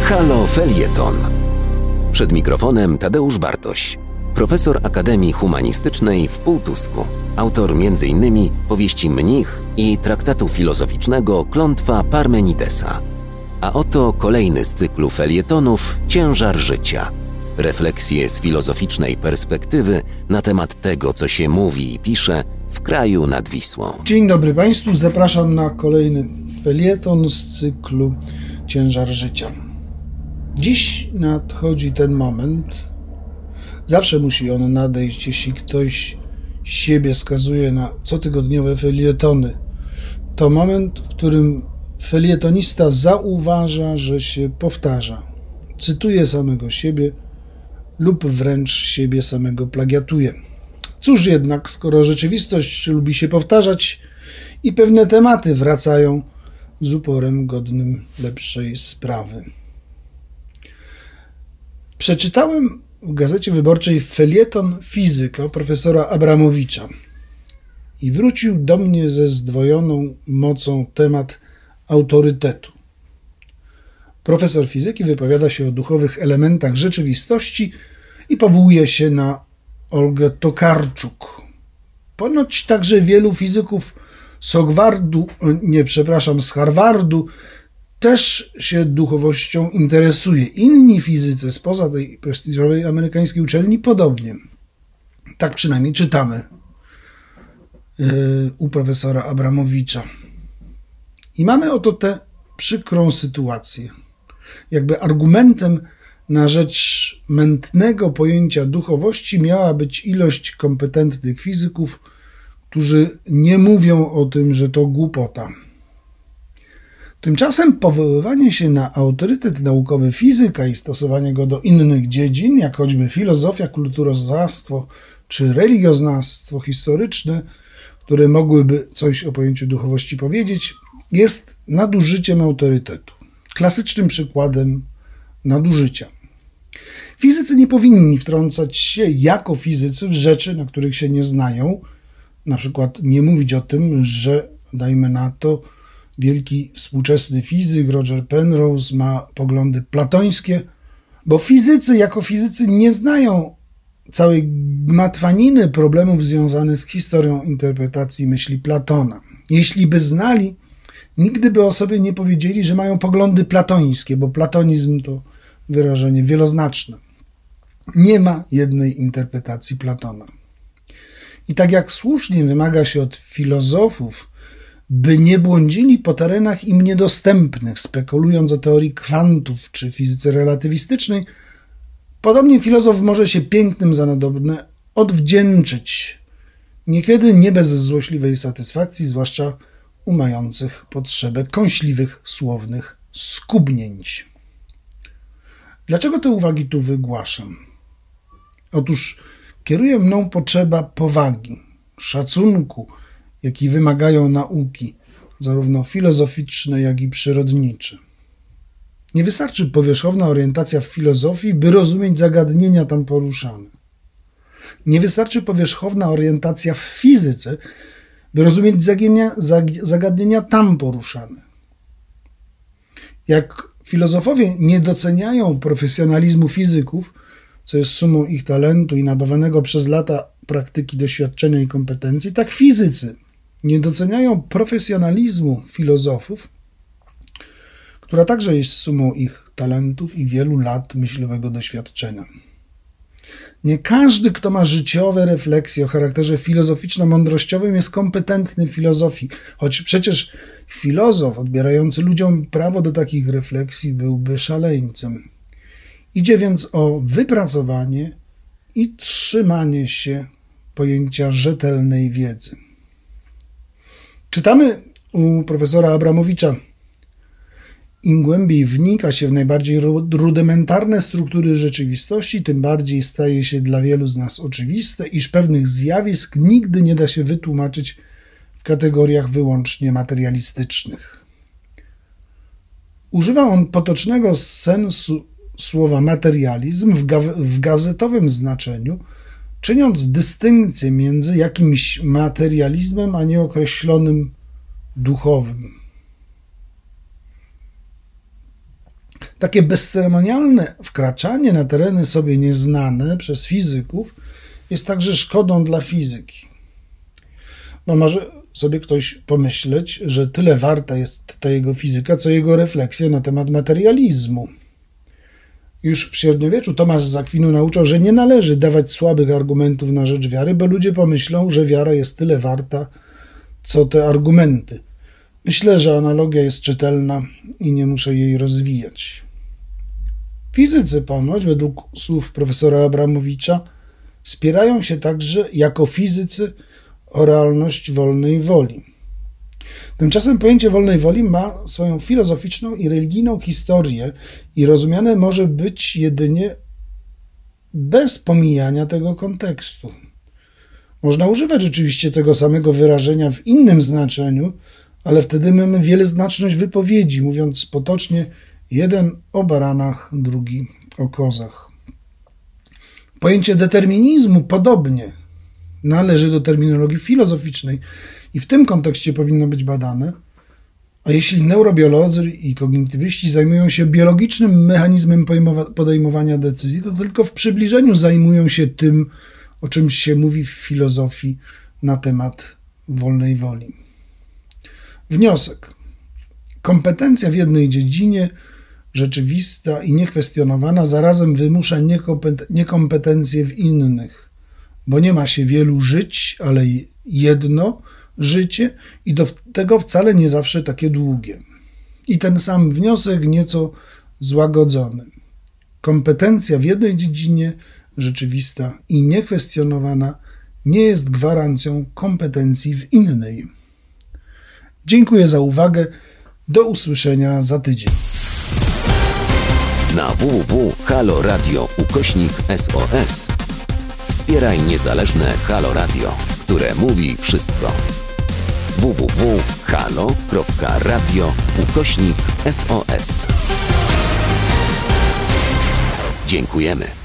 Halo Felieton. Przed mikrofonem Tadeusz Bartoś, profesor Akademii Humanistycznej w Półtusku, autor m.in. powieści Mnich i traktatu filozoficznego Klątwa Parmenidesa. A oto kolejny z cyklu felietonów Ciężar życia. Refleksje z filozoficznej perspektywy na temat tego, co się mówi i pisze w kraju nad Wisłą. Dzień dobry Państwu, zapraszam na kolejny felieton z cyklu Ciężar życia. Dziś nadchodzi ten moment, zawsze musi on nadejść, jeśli ktoś siebie skazuje na cotygodniowe felietony. To moment, w którym felietonista zauważa, że się powtarza. Cytuje samego siebie lub wręcz siebie samego plagiatuje. Cóż jednak, skoro rzeczywistość lubi się powtarzać i pewne tematy wracają z uporem godnym lepszej sprawy. Przeczytałem w Gazecie Wyborczej felieton Fizyka profesora Abramowicza i wrócił do mnie ze zdwojoną mocą temat autorytetu. Profesor fizyki wypowiada się o duchowych elementach rzeczywistości i powołuje się na Olgę Tokarczuk. Ponoć także wielu fizyków z Harvardu też się duchowością interesuje. Inni fizycy spoza tej prestiżowej amerykańskiej uczelni podobnie. Tak przynajmniej czytamy u profesora Abramowicza. I mamy oto tę przykrą sytuację. Jakby argumentem na rzecz mętnego pojęcia duchowości miała być ilość kompetentnych fizyków, którzy nie mówią o tym, że to głupota. Tymczasem powoływanie się na autorytet naukowy fizyka i stosowanie go do innych dziedzin, jak choćby filozofia, kulturoznawstwo czy religioznawstwo historyczne, które mogłyby coś o pojęciu duchowości powiedzieć, jest nadużyciem autorytetu. Klasycznym przykładem nadużycia. Fizycy nie powinni wtrącać się jako fizycy w rzeczy, na których się nie znają. Na przykład nie mówić o tym, że, dajmy na to, wielki współczesny fizyk Roger Penrose ma poglądy platońskie, bo fizycy jako fizycy nie znają całej gmatwaniny problemów związanych z historią interpretacji myśli Platona. Jeśli by znali, nigdy by o sobie nie powiedzieli, że mają poglądy platońskie, bo platonizm to wyrażenie wieloznaczne. Nie ma jednej interpretacji Platona. I tak jak słusznie wymaga się od filozofów, by nie błądzili po terenach im niedostępnych, spekulując o teorii kwantów czy fizyce relatywistycznej, podobnie filozof może się pięknym za nadobne odwdzięczyć, niekiedy nie bez złośliwej satysfakcji, zwłaszcza u mających potrzebę kąśliwych słownych skubnięć. Dlaczego te uwagi tu wygłaszam? Otóż kieruje mną potrzeba powagi, szacunku, jaki wymagają nauki, zarówno filozoficzne, jak i przyrodnicze. Nie wystarczy powierzchowna orientacja w filozofii, by rozumieć zagadnienia tam poruszane. Nie wystarczy powierzchowna orientacja w fizyce, by rozumieć zagadnienia tam poruszane. Jak filozofowie nie doceniają profesjonalizmu fizyków, co jest sumą ich talentu i nabawanego przez lata praktyki, doświadczenia i kompetencji, tak fizycy nie doceniają profesjonalizmu filozofów, która także jest sumą ich talentów i wielu lat myślowego doświadczenia. Nie każdy, kto ma życiowe refleksje o charakterze filozoficzno-mądrościowym, jest kompetentny w filozofii, choć przecież filozof odbierający ludziom prawo do takich refleksji byłby szaleńcem. Idzie więc o wypracowanie i trzymanie się pojęcia rzetelnej wiedzy. Czytamy u profesora Abramowicza: im głębiej wnika się w najbardziej rudymentarne struktury rzeczywistości, tym bardziej staje się dla wielu z nas oczywiste, iż pewnych zjawisk nigdy nie da się wytłumaczyć w kategoriach wyłącznie materialistycznych. Używa on potocznego sensu słowa materializm w gazetowym znaczeniu, czyniąc dystynkcję między jakimś materializmem a nieokreślonym duchowym. Takie bezceremonialne wkraczanie na tereny sobie nieznane przez fizyków jest także szkodą dla fizyki. No może sobie ktoś pomyśleć, że tyle warta jest ta jego fizyka, co jego refleksja na temat materializmu. Już w średniowieczu Tomasz z Akwinu nauczał, że nie należy dawać słabych argumentów na rzecz wiary, bo ludzie pomyślą, że wiara jest tyle warta, co te argumenty. Myślę, że analogia jest czytelna i nie muszę jej rozwijać. Fizycy ponoć, według słów profesora Abramowicza, spierają się także jako fizycy o realność wolnej woli. Tymczasem pojęcie wolnej woli ma swoją filozoficzną i religijną historię i rozumiane może być jedynie bez pomijania tego kontekstu. Można używać oczywiście tego samego wyrażenia w innym znaczeniu, ale wtedy mamy wieloznaczność wypowiedzi, mówiąc potocznie, jeden o baranach, drugi o kozach. Pojęcie determinizmu podobnie należy do terminologii filozoficznej i w tym kontekście powinno być badane, a jeśli neurobiolodzy i kognitywiści zajmują się biologicznym mechanizmem podejmowania decyzji, to tylko w przybliżeniu zajmują się tym, o czym się mówi w filozofii na temat wolnej woli. Wniosek. Kompetencja w jednej dziedzinie, rzeczywista i niekwestionowana, zarazem wymusza niekompetencje w innych, bo nie ma się wielu żyć, ale jedno życie i do tego wcale nie zawsze takie długie. I ten sam wniosek nieco złagodzony. Kompetencja w jednej dziedzinie, rzeczywista i niekwestionowana, nie jest gwarancją kompetencji w innej. Dziękuję za uwagę. Do usłyszenia za tydzień. Na www.haloradio.SOS wspieraj niezależne Halo Radio, które mówi wszystko. www.halo.radio/SOS. Dziękujemy.